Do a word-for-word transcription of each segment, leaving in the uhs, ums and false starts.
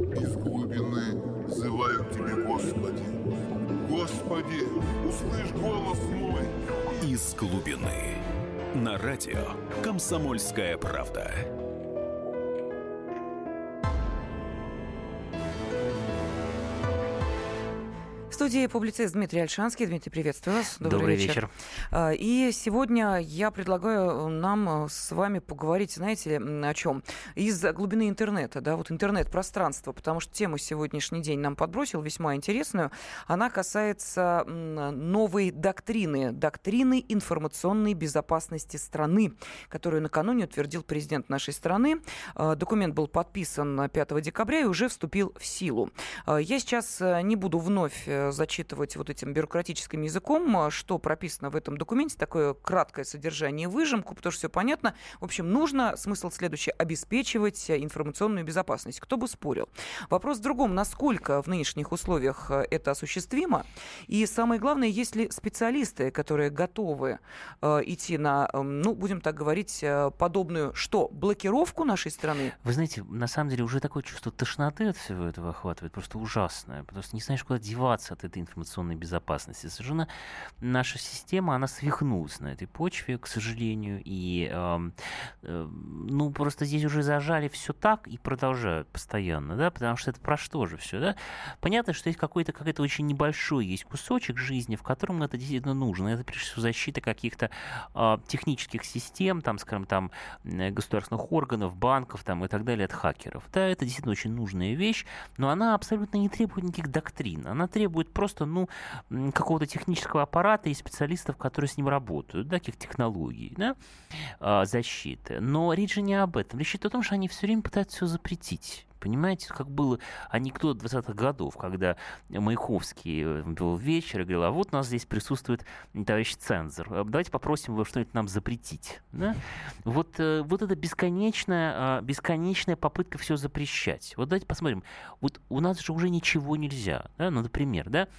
Из глубины взываю к Тебе, Господи. Господи, услышь голос мой. Из глубины. На радио «Комсомольская правда». В студии публицист Дмитрий Ольшанский. Дмитрий, приветствую вас. Добрый, Добрый вечер. вечер. И сегодня я предлагаю нам с вами поговорить, знаете, о чем? Из глубины интернета, да, вот интернет-пространство, потому что тему сегодняшний день нам подбросил весьма интересную. Она касается новой доктрины, доктрины информационной безопасности страны, которую накануне утвердил президент нашей страны. Документ был подписан пятого декабря и уже вступил в силу. Я сейчас не буду вновь зачитывать вот этим бюрократическим языком, что прописано в этом документе, такое краткое содержание, выжимку, потому что все понятно. В общем, нужно, смысл следующий, обеспечивать информационную безопасность. Кто бы спорил. Вопрос в другом, насколько в нынешних условиях это осуществимо, и самое главное, есть ли специалисты, которые готовы э, идти на, э, ну, будем так говорить, э, подобную, что, блокировку нашей страны? Вы знаете, на самом деле уже такое чувство тошноты от всего этого охватывает, просто ужасное, потому что не знаешь, куда деваться от этой информационной безопасности. Совершенно наша система, она свихнулась на этой почве, к сожалению, и э, э, ну, просто здесь уже зажали все так и продолжают постоянно, да, потому что это про что же все, да? Понятно, что есть какой-то, какой-то очень небольшой есть кусочек жизни, в котором это действительно нужно. Это, прежде всего, защита каких-то э, технических систем, там, скажем, там, государственных органов, банков, там, и так далее, от хакеров. Да, это действительно очень нужная вещь, но она абсолютно не требует никаких доктрин. Она требует просто, ну, какого-то технического аппарата и специалистов, которые с ним работают, да, каких технологий, да, э, защиты. Но речь же не об этом. Речь идет о том, что они все время пытаются все запретить. Понимаете, как было анекдот двадцатых годов, когда Маяковский вел вечер и говорил, а вот у нас здесь присутствует товарищ цензор, давайте попросим его что-нибудь нам запретить. Да? Вот, вот это бесконечная, бесконечная попытка все запрещать. Вот давайте посмотрим, вот у нас же уже ничего нельзя, да? Ну, например, да,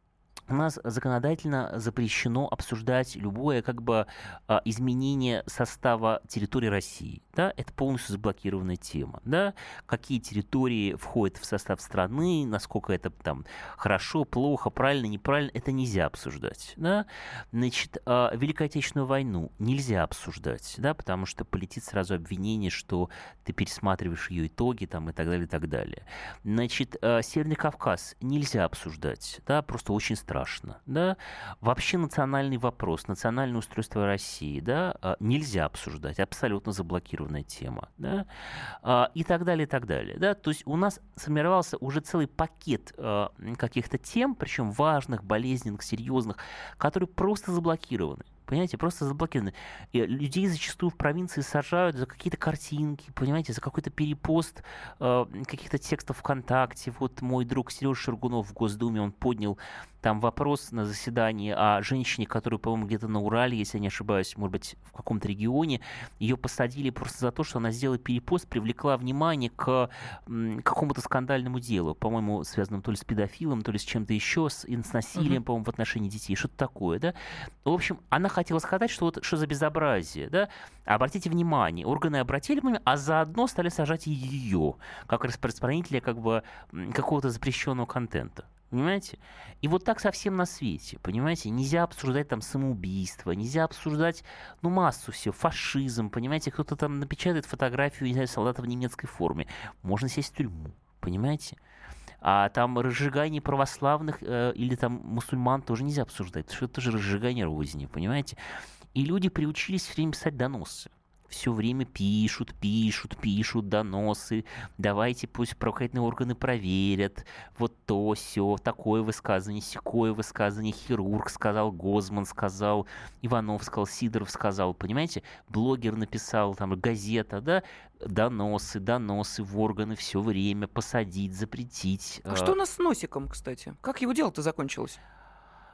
у нас законодательно запрещено обсуждать любое как бы изменение состава территории России. Да? Это полностью заблокированная тема. Да? Какие территории входят в состав страны, насколько это там хорошо, плохо, правильно, неправильно, это нельзя обсуждать. Да? Значит, Великую Отечественную войну нельзя обсуждать, да? Потому что полетит сразу обвинение, что ты пересматриваешь ее итоги там, и так далее, и так далее. Значит, Северный Кавказ нельзя обсуждать, да? Просто очень страшно. Страшно, да? Вообще национальный вопрос, национальное устройство России, да, нельзя обсуждать, абсолютно заблокированная тема, да, и так далее, и так далее, да, то есть у нас сформировался уже целый пакет каких-то тем, причем важных, болезненных, серьезных, которые просто заблокированы. Понимаете, просто заблокированы. И людей зачастую в провинции сажают за какие-то картинки, понимаете, за какой-то перепост э, каких-то текстов ВКонтакте. Вот мой друг Сережа Шаргунов в Госдуме, он поднял там вопрос на заседании о женщине, которую, по-моему, где-то на Урале, если я не ошибаюсь, может быть, в каком-то регионе, ее посадили просто за то, что она сделала перепост, привлекла внимание к м, какому-то скандальному делу, по-моему, связанному то ли с педофилом, то ли с чем-то еще, с, с насилием, uh-huh. по-моему, в отношении детей, что-то такое, да. В общем, она хотела сказать, что вот что за безобразие, да. Обратите внимание, органы обратили внимание, а заодно стали сажать и ее, как распространителя как бы какого-то запрещенного контента. Понимаете? И вот так совсем на свете, понимаете? Нельзя обсуждать там самоубийство, нельзя обсуждать, ну, массу всего, фашизм, понимаете? Кто-то там напечатает фотографию, не знаю, солдата в немецкой форме. Можно сесть в тюрьму, понимаете? А там разжигание православных э, или там мусульман тоже нельзя обсуждать, потому что это тоже разжигание розни, понимаете? И люди приучились все время писать доносы. Все время пишут, пишут, пишут доносы. Давайте пусть правоохранительные органы проверят. Вот то, сё, такое высказывание, сякое высказывание. Хирург сказал, Гозман сказал, Иванов сказал, Сидоров сказал. Понимаете? Блогер написал, там, газета, да? Доносы, доносы в органы все время. Посадить, запретить. А что у нас с носиком, кстати? Как его дело-то закончилось?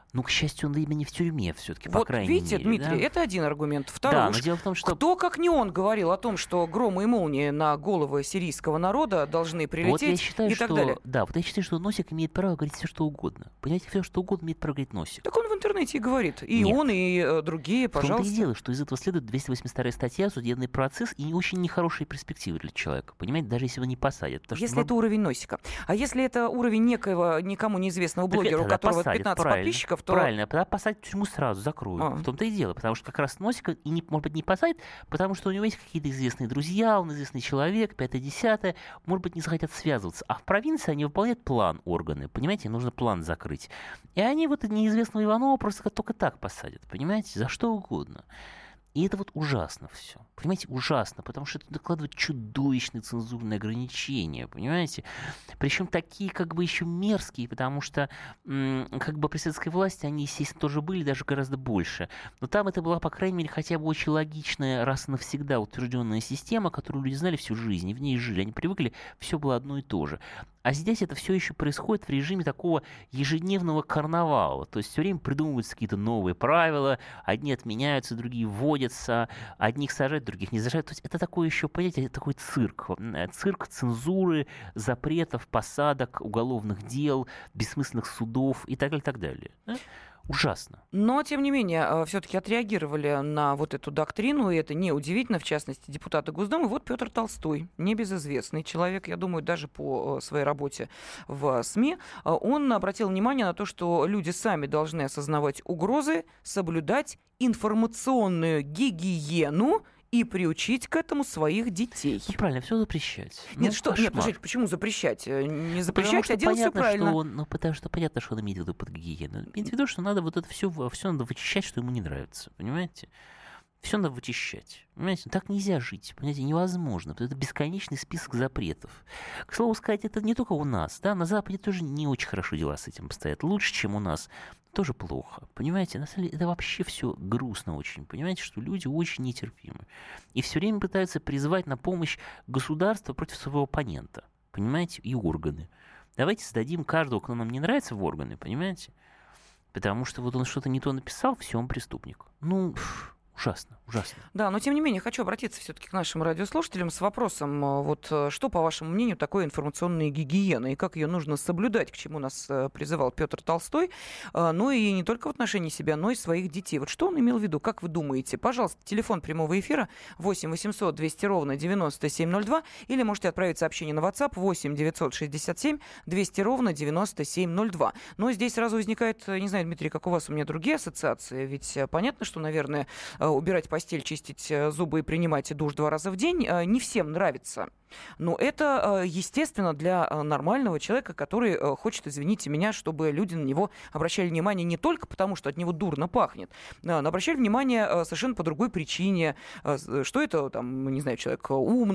Ну, к счастью, он именно не в тюрьме все-таки, вот, по крайней видите, мере. Дмитрий, Да? это один аргумент. Второй, да, уж но дело в том, что... кто, как не он, говорил о том, что громы и молнии на головы сирийского народа должны прилететь вот я считаю, и так что... далее. Да, вот я считаю, что Носик имеет право говорить все, что угодно. Понимаете, все, что угодно имеет право говорить Носик. Так он в интернете и говорит. И Нет. он, и э, другие, пожалуйста. В том-то и дело, что из этого следует двести восемьдесят вторая статья, судебный процесс, и очень нехорошие перспективы для человека. Понимаете, даже если его не посадят. Если что... это уровень Носика. А если это уровень некоего, никому неизвестного блогера, это, у которого посадят, пятнадцать правильно, подписчиков, то... Правильно, тогда посадят в тюрьму сразу, закроют. А. В том-то и дело, потому что как раз Носика, и не, может быть, не посадят, потому что у него есть какие-то известные друзья, он известный человек, пятое-десятое, может быть, не захотят связываться. А в провинции они выполняют план органы, понимаете, нужно план закрыть. И они вот неизвестного Иванова просто только так посадят, понимаете, за что угодно. И это вот ужасно все. Понимаете, ужасно, потому что это накладывает чудовищные цензурные ограничения, понимаете? Причем такие как бы еще мерзкие, потому что м- как бы при советской власти они, естественно, тоже были, даже гораздо больше. Но там это была, по крайней мере, хотя бы очень логичная, раз и навсегда утвержденная система, которую люди знали всю жизнь, и в ней жили. Они привыкли, все было одно и то же. А здесь это все еще происходит в режиме такого ежедневного карнавала. То есть все время придумываются какие-то новые правила, одни отменяются, другие вводятся, одних сажают, других не сажают. То есть это такое еще, понимаете, это такой цирк. Цирк цензуры, запретов, посадок, уголовных дел, бессмысленных судов и так далее, и так далее. Ужасно. Но, тем не менее, все-таки отреагировали на вот эту доктрину, и это неудивительно, в частности, депутаты Госдумы. Вот Петр Толстой, небезызвестный человек, я думаю, даже по своей работе в СМИ, он обратил внимание на то, что люди сами должны осознавать угрозы, соблюдать информационную гигиену и приучить к этому своих детей. Ну, правильно, все запрещать. Нет, ну, что, нет, подождите, почему запрещать? Не запрещать, потому а делать все понятно, правильно. Что он, ну, потому что понятно, что он имеет в виду под гигиену. Имеет в виду, что надо вот это все, все надо вычищать, что ему не нравится. Понимаете? Все надо вычищать. Понимаете? Так нельзя жить. Понимаете? Невозможно. Это бесконечный список запретов. К слову сказать, это не только у нас. Да? На Западе тоже не очень хорошо дела с этим обстоят. Лучше, чем у нас. Тоже плохо. Понимаете? На самом деле это вообще все грустно очень. Понимаете, что люди очень нетерпимы. И все время пытаются призвать на помощь государства против своего оппонента. Понимаете? И органы. Давайте сдадим каждого, кто нам не нравится, в органы. Понимаете? Потому что вот он что-то не то написал, все, он преступник. Ну... Ужасно, ужасно. Да, но тем не менее, хочу обратиться все-таки к нашим радиослушателям с вопросом, вот что, по вашему мнению, такое информационная гигиена и как ее нужно соблюдать, к чему нас призывал Петр Толстой, ну и не только в отношении себя, но и своих детей. Вот что он имел в виду, как вы думаете? Пожалуйста, телефон прямого эфира восемь восемьсот двести ровно девяносто семь ноль два или можете отправить сообщение на WhatsApp восемь девятьсот шестьдесят семь двести ровно девяносто семь ноль два. Но здесь сразу возникает, не знаю, Дмитрий, как у вас, у меня другие ассоциации, ведь понятно, что, наверное, убирать постель, чистить зубы и принимать душ два раза в день не всем нравится. Но это, естественно, для нормального человека, который хочет, извините меня, чтобы люди на него обращали внимание не только потому, что от него дурно пахнет, но обращали внимание совершенно по другой причине, что это, там, не знаю, человек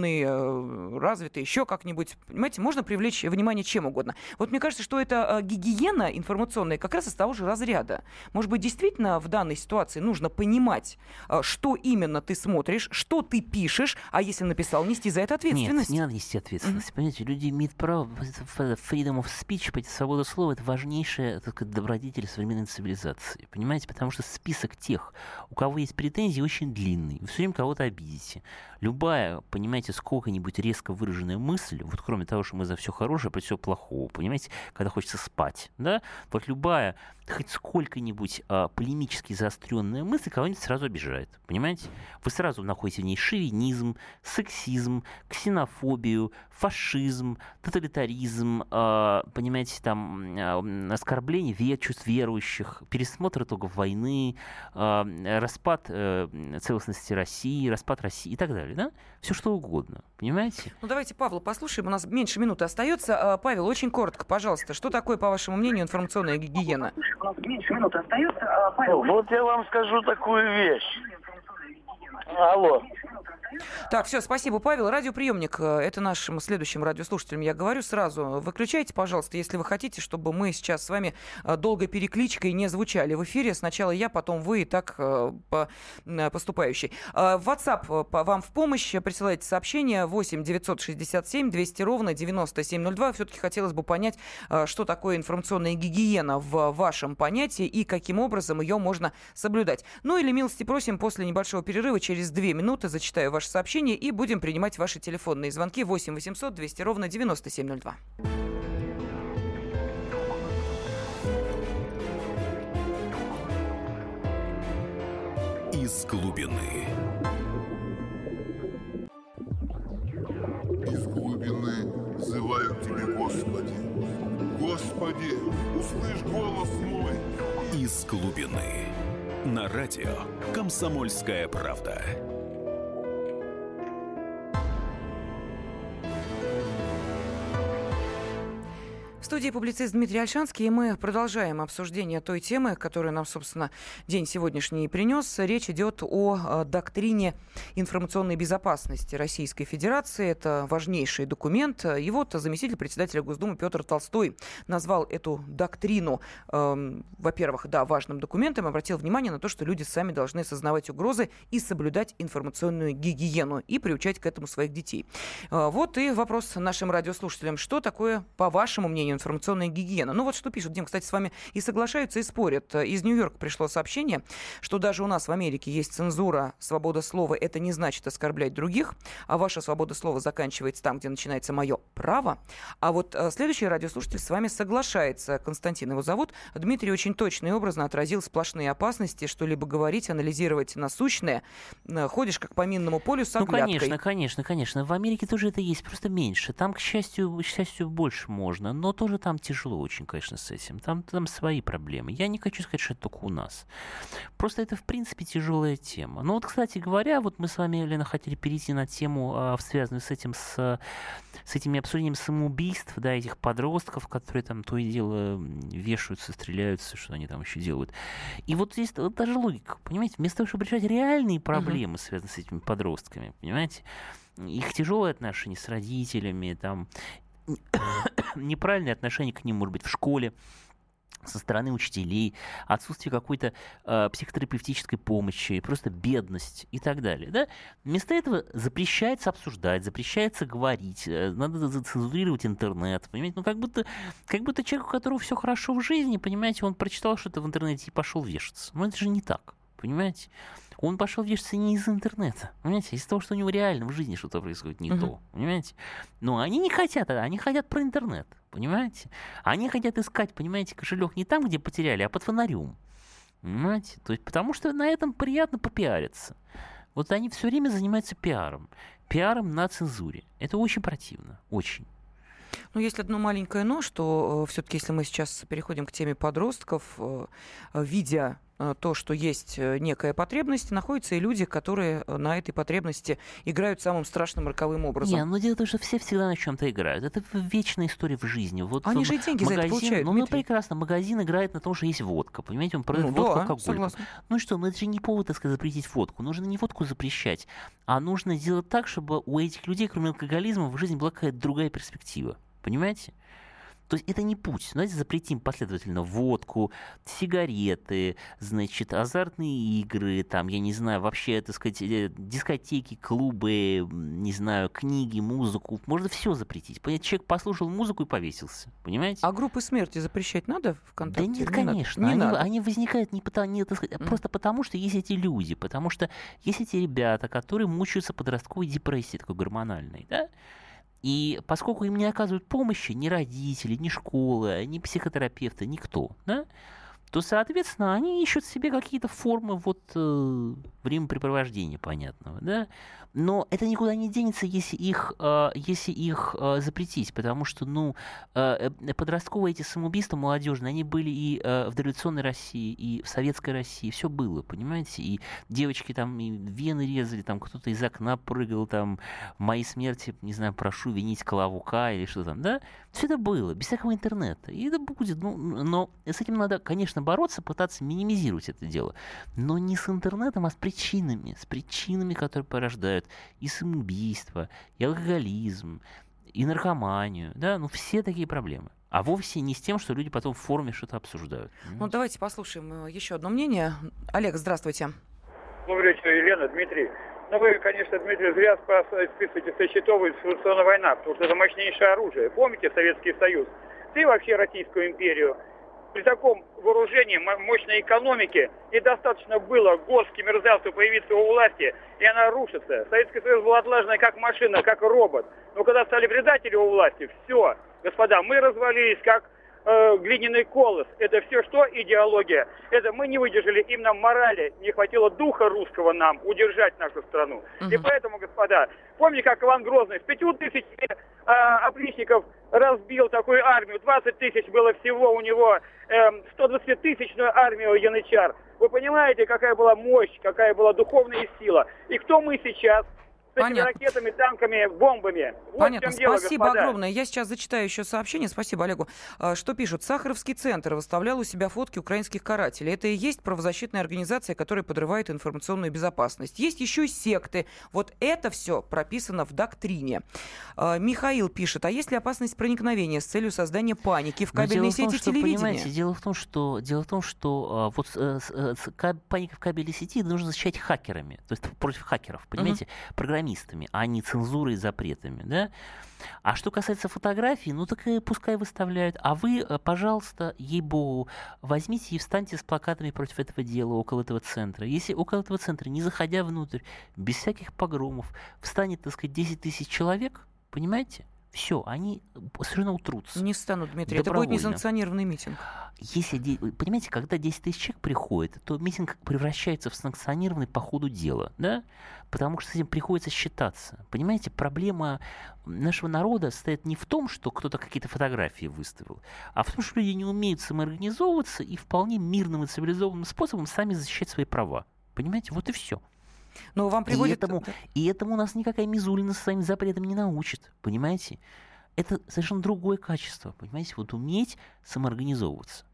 умный, развитый, еще как-нибудь. Понимаете, можно привлечь внимание чем угодно. Вот мне кажется, что эта гигиена информационная как раз из того же разряда. Может быть, действительно в данной ситуации нужно понимать, что именно ты смотришь, что ты пишешь, а если написал, нести за это ответственность. Нет, не надо нести ответственность. Mm-hmm. Понимаете, люди имеют право, freedom of speech, свобода слова, это важнейшая, так сказать, добродетель современной цивилизации. Понимаете, потому что список тех, у кого есть претензии, очень длинный. Вы все время кого-то обидите. Любая, понимаете, сколько-нибудь резко выраженная мысль, вот кроме того, что мы за все хорошее, против всего плохого, понимаете, когда хочется спать, да, вот любая хоть сколько-нибудь а, полемически заостренная мысль кого-нибудь сразу обижает, понимаете? Вы сразу находите в ней шовинизм, сексизм, ксенофобию, фашизм, тоталитаризм, а, понимаете, там а, оскорбление вер, чувств верующих, пересмотр итогов войны, а, распад а, целостности России, распад России и так далее, да? Все что угодно, понимаете? Ну давайте Павла послушаем, у нас меньше минуты остается. Павел, очень коротко, пожалуйста, что такое, по вашему мнению, информационная гигиена? У нас меньше минуты остается. Павел, вот я вам скажу такую вещь. Алло. Так, все, спасибо, Павел. Радиоприемник, это нашим следующим радиослушателям я говорю сразу. Выключайте, пожалуйста, если вы хотите, чтобы мы сейчас с вами долго перекличкой не звучали в эфире. Сначала я, потом вы, и так по поступающей. В WhatsApp вам в помощь. Присылайте сообщение восемь девятьсот шестьдесят семь двести ровно девяносто семь ноль два. Все-таки хотелось бы понять, что такое информационная гигиена в вашем понятии и каким образом ее можно соблюдать. Ну или, милости просим, после небольшого перерыва через две минуты зачитаю ваше сообщение и будем принимать ваши телефонные звонки восемь восемьсот двести ровно девяносто семь ноль два. Из глубины. Из глубины взываю к Тебе, Господи. Господи, услышь голос мой. Из глубины. На радио «Комсомольская правда». В студии публицист Дмитрий Ольшанский, и мы продолжаем обсуждение той темы, которую нам, собственно, день сегодняшний принес. Речь идет о доктрине информационной безопасности Российской Федерации. Это важнейший документ. И вот заместитель председателя Госдумы Петр Толстой назвал эту доктрину, э, во-первых, да, важным документом, обратил внимание на то, что люди сами должны осознавать угрозы и соблюдать информационную гигиену и приучать к этому своих детей. Э, вот и вопрос нашим радиослушателям. Что такое, по вашему мнению, информационная гигиена? Ну вот что пишут, Дим, кстати, с вами и соглашаются, и спорят. Из Нью-Йорка пришло сообщение, что даже у нас в Америке есть цензура, свобода слова. Это не значит оскорблять других, а ваша свобода слова заканчивается там, где начинается мое право. А вот следующий радиослушатель с вами соглашается. Константин его зовут. Дмитрий очень точно и образно отразил сплошные опасности, что-либо говорить, анализировать насущное. Ходишь как по минному полю с оглядкой. Ну, конечно, конечно, конечно. В Америке тоже это есть, просто меньше. Там, к счастью, к счастью, больше можно, но тоже там тяжело очень, конечно, с этим. Там, там свои проблемы. Я не хочу сказать, что это только у нас. Просто это, в принципе, тяжелая тема. Ну вот, кстати говоря, вот мы с вами, Лена, хотели перейти на тему, а, связанную с этим, с, с этими обсуждением самоубийств, да, этих подростков, которые там то и дело вешаются, стреляются, что они там еще делают. И вот здесь вот даже логика, понимаете? Вместо того, чтобы решать реальные проблемы, uh-huh. связанные с этими подростками, понимаете? Их тяжелые отношения с родителями, там, неправильное отношение к ним, может быть, в школе, со стороны учителей, отсутствие какой-то э, психотерапевтической помощи, просто бедность и так далее. Да? Вместо этого запрещается обсуждать, запрещается говорить, э, надо зацензурировать интернет. Понимаете? Ну, как будто, как будто человек, у которого все хорошо в жизни, понимаете, он прочитал что-то в интернете и пошел вешаться. Но это же не так, понимаете? Он пошел вешаться не из интернета, понимаете, из-за того, что у него реально в жизни что-то происходит не uh-huh. то, понимаете. Но они не хотят, они хотят про интернет, понимаете. Они хотят искать, понимаете, кошелек не там, где потеряли, а под фонарем, понимаете. То есть, потому что на этом приятно попиариться. Вот они все время занимаются пиаром, пиаром на цензуре. Это очень противно, очень. Ну, есть одно маленькое но, что э, все-таки, если мы сейчас переходим к теме подростков, э, видя э, то, что есть некая потребность, находятся и люди, которые на этой потребности играют самым страшным роковым образом. Не, но дело в том, что все всегда на чем-то играют. Это вечная история в жизни. Вот Они же и деньги магазин, за это получают, ну, Дмитрий. Ну, прекрасно. Магазин играет на том, что есть водка. Понимаете, он продает ну, водку да, алкоголь. Согласна. Ну что, ну это же не повод, так сказать, запретить водку. Нужно не водку запрещать, а нужно сделать так, чтобы у этих людей, кроме алкоголизма, в жизни была какая-то другая перспектива. Понимаете? То есть это не путь. Давайте запретим последовательно водку, сигареты, значит, азартные игры, там, я не знаю, вообще, так сказать, дискотеки, клубы, не знаю, книги, музыку. Можно все запретить. Понимаете? Человек послушал музыку и повесился. Понимаете? А группы смерти запрещать надо ВКонтакте? Да нет, не конечно. Надо. Не они, надо. они возникают не потому, не, так сказать, mm. просто потому, что есть эти люди. Потому что есть эти ребята, которые мучаются подростковой депрессией, такой гормональной, да? И поскольку им не оказывают помощи ни родители, ни школы, ни психотерапевты, никто, да, то, соответственно, они ищут себе какие-то формы вот, э, времяпрепровождения понятного. Да? Но это никуда не денется, если их, э, если их э, запретить, потому что ну, э, подростковые эти самоубийства молодежные, они были и э, в дореволюционной России, и в советской России, все было, понимаете? И девочки там и вены резали, там кто-то из окна прыгал, там, в моей смерти, не знаю, прошу винить Коловука или что там, да? Все это было, без всякого интернета. И это будет, ну, но с этим надо, конечно, бороться, пытаться минимизировать это дело. Но не с интернетом, а с причинами. С причинами, которые порождают и самоубийство, и алкоголизм, и наркоманию. Да? Ну, все такие проблемы. А вовсе не с тем, что люди потом в форуме что-то обсуждают. Ну, давайте послушаем еще одно мнение. Олег, здравствуйте. Добрый вечер, Елена, Дмитрий. Ну, вы, конечно, Дмитрий, зря списываете со счетов информационная война, потому что это мощнейшее оружие. Помните Советский Союз? Да и вообще Российскую империю. При таком вооружении, мощной экономике, недостаточно было горстки мерзавцев появиться у власти, и она рушится. Советский Союз был отлажен как машина, как робот. Но когда стали предатели у власти, все, господа, мы развалились как э, глиняный колос. Это все что? Идеология. Это мы не выдержали, им нам морали, не хватило духа русского нам удержать нашу страну. Угу. И поэтому, господа, помните, как Иван Грозный с пятью тысячами э, опричников разбил такую армию, двадцать тысяч было всего у него, э, сто двадцатитысячную армию янычар. Вы понимаете, какая была мощь, какая была духовная сила? И кто мы сейчас? С этими Понятно. ракетами, танками, бомбами. Вот Понятно. в чем дело, Спасибо господа. огромное. Я сейчас зачитаю еще сообщение. Спасибо, Олегу. Что пишут? Сахаровский центр выставлял у себя фотки украинских карателей. Это и есть правозащитная организация, которая подрывает информационную безопасность. Есть еще и секты. Вот это все прописано в доктрине. Михаил пишет. А есть ли опасность проникновения с целью создания паники в кабельной сети том, что, телевидения? Понимаете, дело в том, что, дело в том, что вот э, э, э, паника в кабельной сети нужно защищать хакерами. То есть против хакеров, понимаете? Uh-huh. Программистами, а не цензурой и запретами, да? А что касается фотографий, ну так и пускай выставляют. А вы, пожалуйста, ей-богу, возьмите и встаньте с плакатами против этого дела, около этого центра. Если около этого центра, не заходя внутрь, без всяких погромов, встанет, так сказать, десять тысяч человек, понимаете? Все, они совершенно утрутся. Не встанут, Дмитрий. Это будет несанкционированный митинг. Если, понимаете, когда десять тысяч человек приходит, то митинг превращается в санкционированный по ходу дела, да? Потому что с этим приходится считаться. Понимаете, проблема нашего народа состоит не в том, что кто-то какие-то фотографии выставил, а в том, что люди не умеют самоорганизовываться и вполне мирным и цивилизованным способом сами защищать свои права. Понимаете, вот и все. Но вам приводит... и, этому, и этому нас никакая Мизулина со своим запретом не научит, понимаете? Это совершенно другое качество, понимаете? Вот уметь самоорганизовываться.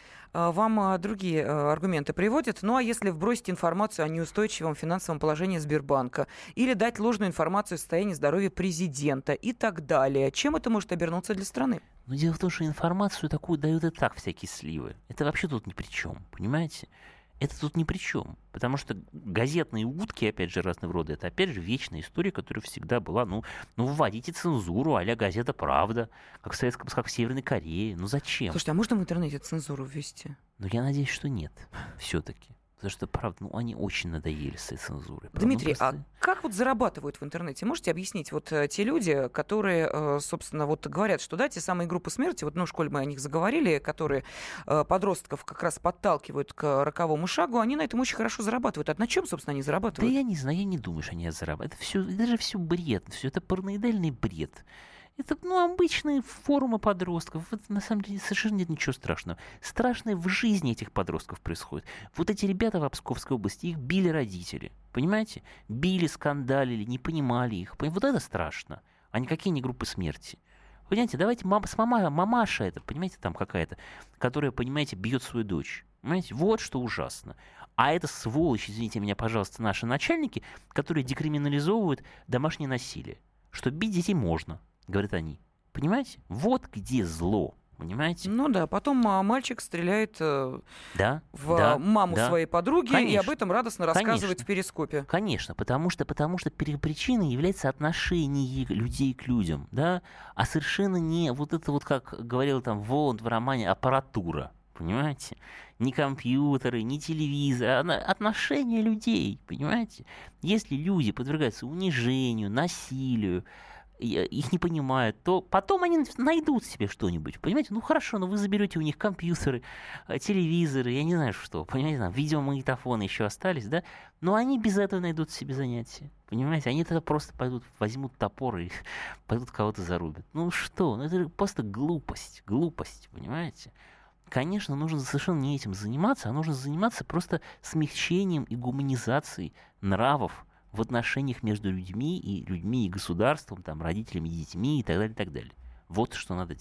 Вам другие аргументы приводят. Ну, а если вбросить информацию о неустойчивом финансовом положении Сбербанка или дать ложную информацию о состоянии здоровья президента и так далее, чем это может обернуться для страны? Но дело в том, что информацию такую дают и так всякие сливы. Это вообще тут ни при чем, понимаете? Это тут ни при чем, потому что газетные утки, опять же, разного рода, это, опять же, вечная история, которая всегда была, ну, ну вводите цензуру, а-ля газета «Правда», как в Советском, как в Северной Корее, ну зачем? Слушайте, а можно в интернете цензуру ввести? Ну, я надеюсь, что нет, все-таки. Потому что, правда, ну, они очень надоели с этой цензурой. Дмитрий, просто... а как вот зарабатывают в интернете? Можете объяснить? Вот э, те люди, которые, э, собственно, вот говорят, что да, те самые группы смерти, вот ну, в школе мы о них заговорили, которые э, подростков как раз подталкивают к роковому шагу, они на этом очень хорошо зарабатывают. А на чем, собственно, они зарабатывают? Да я не знаю, я не думаю, что они зарабатывают. Это, все, это же все бред, все это параноидальный бред. Это, ну, обычные форумы подростков. Это, на самом деле, совершенно нет ничего страшного. Страшное в жизни этих подростков происходит. Вот эти ребята в Псковской области, их били родители. Понимаете? Били, скандалили, не понимали их. Вот это страшно. А никакие не группы смерти. Понимаете, давайте мама, с мама, мамаша это, понимаете, там какая-то, которая, понимаете, бьет свою дочь. Понимаете? Вот что ужасно. А это сволочь, извините меня, пожалуйста, наши начальники, которые декриминализовывают домашнее насилие. Что бить детей можно, говорят они. Понимаете? Вот где зло. Понимаете? Ну да, потом а, мальчик стреляет э, да, в да, маму да. своей подруги, Конечно. И об этом радостно рассказывает Конечно. в перископе. Конечно, потому что, потому что причиной является отношение людей к людям, да, а совершенно не вот это вот, как говорил там Воланд в романе, аппаратура, понимаете? Ни компьютеры, ни телевизор, а отношения людей, понимаете? Если люди подвергаются унижению, насилию, их не понимают, то потом они найдут себе что-нибудь, понимаете? Ну хорошо, но вы заберете у них компьютеры, телевизоры, я не знаю что, понимаете, там видеомагнитофоны еще остались, да? Но они без этого найдут себе занятия, понимаете? Они тогда просто пойдут, возьмут топор и пойдут кого-то зарубят. Ну что, ну это просто глупость, глупость, понимаете? Конечно, нужно совершенно не этим заниматься, а нужно заниматься просто смягчением и гуманизацией нравов в отношениях между людьми и людьми и государством, там, родителями и детьми и так далее, и так далее. Вот что надо делать.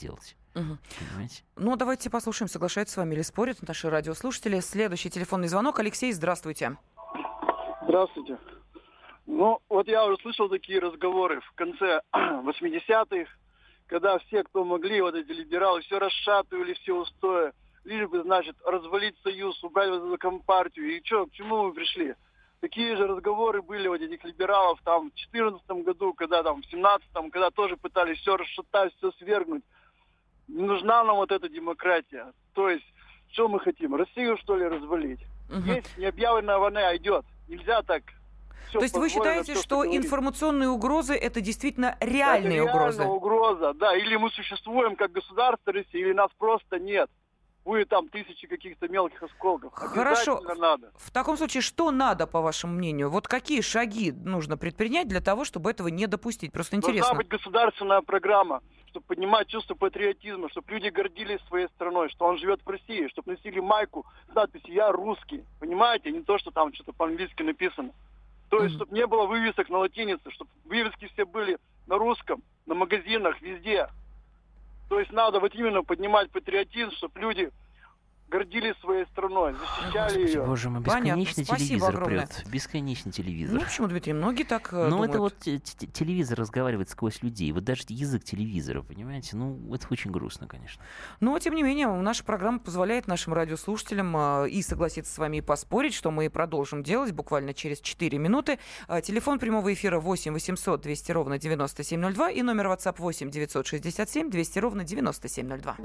Угу. Понимаете? Ну, давайте послушаем, соглашаются с вами или спорят наши радиослушатели. Следующий телефонный звонок. Алексей, здравствуйте. Здравствуйте. Ну, вот я уже слышал такие разговоры в конце восьмидесятых, когда все, кто могли, вот эти либералы, все расшатывали, все устои, лишь бы, значит, развалить союз, убрать вот эту компартию. И что, к чему мы пришли? Такие же разговоры были вот этих либералов там в четырнадцатом году, когда там в семнадцатом, когда тоже пытались все расшатать, все свергнуть. Не нужна нам вот эта демократия. То есть, что мы хотим? Россию, что ли, развалить? Угу. Есть необъявленная война идет. Нельзя так. То есть вы считаете, все, что, что информационные угрозы это действительно реальные это угрозы? Реальная угроза, да. Или мы существуем как государство России, или нас просто нет. Будет там тысячи каких-то мелких осколков. Хорошо. Надо. В таком случае, что надо, по вашему мнению? Вот какие шаги нужно предпринять для того, чтобы этого не допустить? Просто интересно. Должна быть государственная программа, чтобы поднимать чувство патриотизма, чтобы люди гордились своей страной, что он живет в России, чтобы носили майку с надписью «Я русский». Понимаете? Не то, что там что-то по-английски написано. То есть, mm-hmm. чтобы не было вывесок на латинице, чтобы вывески все были на русском, на магазинах, везде. То есть надо вот именно поднимать патриотизм, чтобы люди гордились своей страной, защищали Господи, ее. Боже мой, бесконечный телевизор прет. Бесконечный телевизор. Ну, почему, Дмитрий? Многие так Ну, думают. это вот телевизор разговаривает сквозь людей. Вот даже язык телевизора, понимаете? Ну, это очень грустно, конечно. Но, тем не менее, наша программа позволяет нашим радиослушателям и согласиться с вами, и поспорить, что мы и продолжим делать буквально через четыре минуты. Телефон прямого эфира восемь восемьсот двести ровно девяносто семь ноль два и номер WhatsApp восемь девятьсот шестьдесят семь двести ровно девяносто семь ноль два.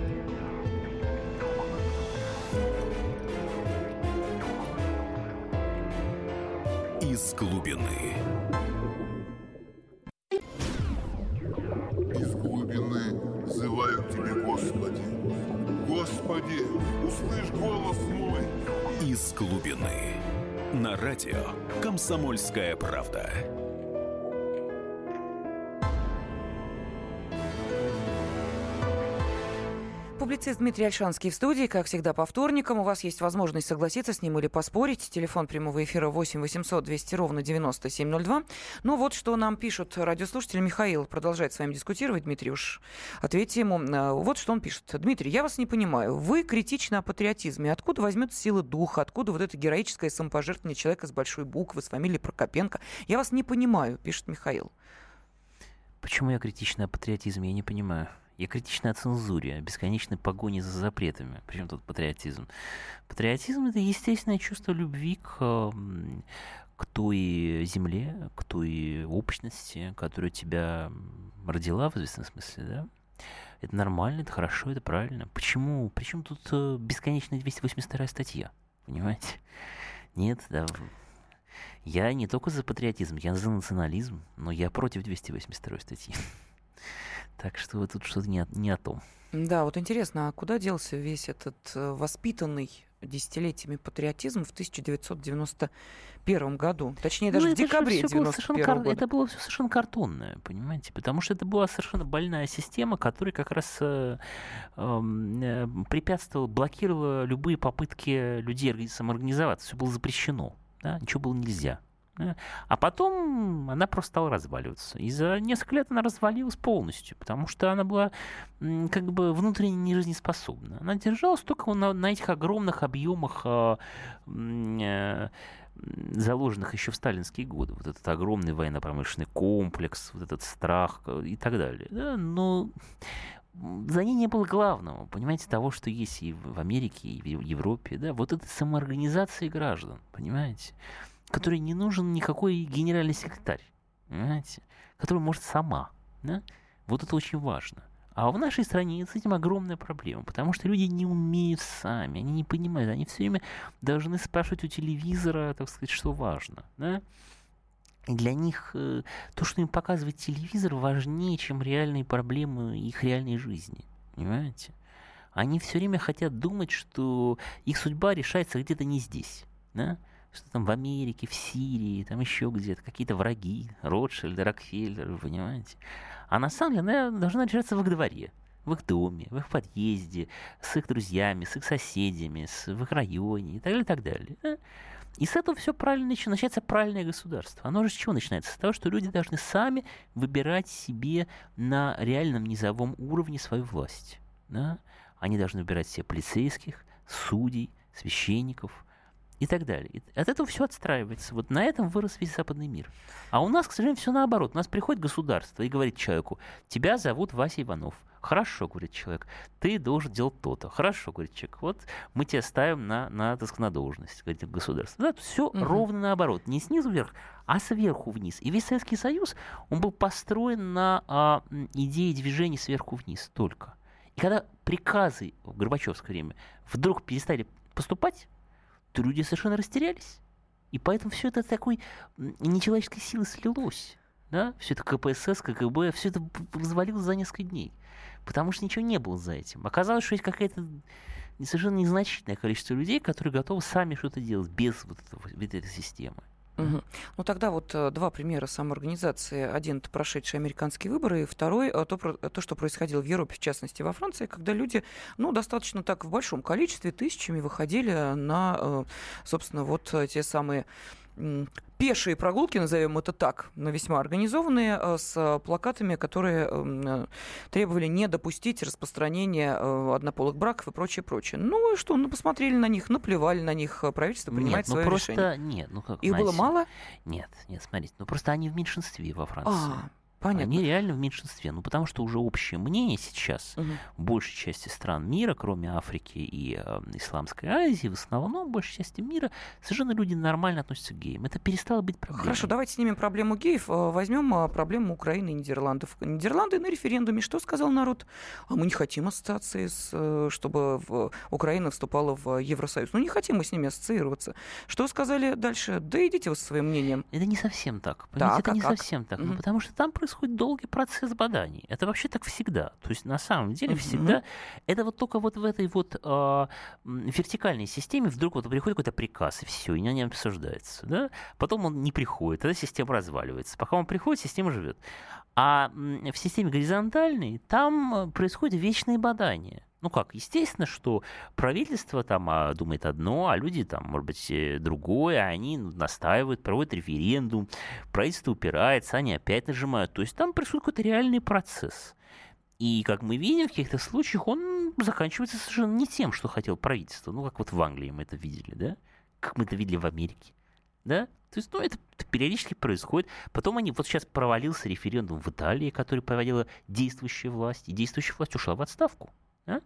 Из глубины. Из глубины взываю к тебе, Господи. Господи, услышь голос мой. Из глубины. На радио «Комсомольская правда». Публицист Дмитрий Ольшанский в студии, как всегда, по вторникам. У вас есть возможность согласиться с ним или поспорить. Телефон прямого эфира восемь восемьсот двести ровно девяносто семь ноль два. Ну вот, что нам пишут радиослушатели. Михаил продолжает с вами дискутировать. Дмитрий, уж ответьте ему. Вот что он пишет. Дмитрий, я вас не понимаю. Вы критичны о патриотизме. Откуда возьмется сила духа? Откуда вот это героическое самопожертвование человека с большой буквы, с фамилией Прокопенко? Я вас не понимаю, пишет Михаил. Почему я критична о патриотизме? Я не понимаю. Я критична о цензуре, о бесконечной погоне за запретами. Причем тут патриотизм? Патриотизм — это естественное чувство любви к, к той земле, к той общности, которая тебя родила в известном смысле, да? Это нормально, это хорошо, это правильно. Почему? Причем тут бесконечная двести восемьдесят вторая статья? Понимаете? Нет, да. Я не только за патриотизм, я за национализм, но я против двести восемьдесят второй статьи. Так что тут что-то не, не о том. Да, вот интересно, а куда делся весь этот воспитанный десятилетиями патриотизм в тысяча девятьсот девяносто первом году? Точнее, даже ну, в декабре девяносто первого года. Это было все совершенно картонное, понимаете? Потому что это была совершенно больная система, которая как раз э, э, препятствовала, блокировала любые попытки людей самоорганизоваться. Все было запрещено, да? Ничего было нельзя. А потом она просто стала разваливаться. И за несколько лет она развалилась полностью, потому что она была как бы внутренне нежизнеспособна. Она держалась только на, на этих огромных объемах, э, э, заложенных еще в сталинские годы. Вот этот огромный военно-промышленный комплекс, вот этот страх и так далее. Да? Но за ней не было главного, понимаете, того, что есть и в Америке, и в Европе. Да? Вот этой самоорганизации граждан, понимаете, которой не нужен никакой генеральный секретарь, понимаете, который может сама. Да? Вот это очень важно. А в нашей стране с этим огромная проблема, потому что люди не умеют сами, они не понимают, они все время должны спрашивать у телевизора, так сказать, что важно. Да? И для них э, то, что им показывает телевизор, важнее, чем реальные проблемы их реальной жизни. Понимаете? Они все время хотят думать, что их судьба решается где-то не здесь. Да? Что там в Америке, в Сирии, там еще где-то какие-то враги, Ротшильды, Рокфеллеры, понимаете? А на самом деле она должна решаться в их дворе, в их доме, в их подъезде, с их друзьями, с их соседями, с, в их районе и так далее, и так далее. Да? И с этого все правильно начинается правильное государство. Оно же с чего начинается? С того, что люди должны сами выбирать себе на реальном низовом уровне свою власть. Да? Они должны выбирать себе полицейских, судей, священников и так далее. И от этого все отстраивается. Вот на этом вырос весь западный мир. А у нас, к сожалению, все наоборот. У нас приходит государство и говорит человеку: тебя зовут Вася Иванов. Хорошо, говорит человек, ты должен делать то-то. Хорошо, говорит человек, вот мы тебя ставим на, на, так сказать, на должность, говорит государство. Да, все угу. ровно наоборот. Не снизу вверх, а сверху вниз. И весь Советский Союз, он был построен на а, идее движения сверху вниз только. И когда приказы в Горбачевское время вдруг перестали поступать, то люди совершенно растерялись. И поэтому все это такой нечеловеческой силой слилось. Да? Все это ка пэ эс эс, ка гэ бэ, все это развалилось за несколько дней. Потому что ничего не было за этим. Оказалось, что есть какое-то совершенно незначительное количество людей, которые готовы сами что-то делать без вот, этого, вот этой системы. Угу. Ну тогда вот два примера самоорганизации. Один — это прошедшие американские выборы, и второй — то, то, что происходило в Европе, в частности во Франции, когда люди, ну, достаточно так в большом количестве, тысячами выходили на, собственно, вот те самые пешие прогулки, назовем это так, но весьма организованные, с плакатами, которые требовали не допустить распространения однополых браков и прочее, прочее. Ну и что, ну посмотрели на них, наплевали на них, правительство принимает нет, ну свое просто, решение. Нет, ну как, их Настя, было мало? Нет, нет, смотрите, ну просто они в меньшинстве во Франции. А, понятно. Они реально в меньшинстве. Ну, потому что уже общее мнение сейчас угу. в большей части стран мира, кроме Африки и э, Исламской Азии, в основном, в большей части мира, совершенно люди нормально относятся к геям. Это перестало быть проблемой. Хорошо, давайте снимем проблему геев, возьмем проблему Украины и Нидерландов. Нидерланды на референдуме что сказал народ? А мы не хотим ассоциации, с, чтобы Украина вступала в Евросоюз. Ну, не хотим мы с ними ассоциироваться. Что сказали дальше? Да идите вы со своим мнением. Это не совсем так. Так, это а не как? совсем так. Угу. Ну, потому что там происходит происходит долгий процесс баданий. Это вообще так всегда. То есть на самом деле всегда mm-hmm. это вот только вот в этой вот э, вертикальной системе вдруг вот приходит какой-то приказ, и все, и не обсуждается. Да? Потом он не приходит, тогда система разваливается. Пока он приходит, система живет. А в системе горизонтальной там происходит вечное бадание. Ну как, естественно, что правительство там а, думает одно, а люди там, может быть, другое, а они настаивают, проводят референдум, правительство упирается, они опять нажимают. То есть там происходит какой-то реальный процесс. И, как мы видим, в каких-то случаях он заканчивается совершенно не тем, что хотел правительство. Ну, как вот в Англии мы это видели, да? Как мы это видели в Америке, да? То есть, ну, это периодически происходит. Потом они, вот сейчас провалился референдум в Италии, который проводила действующая власть, и действующая власть ушла в отставку. А?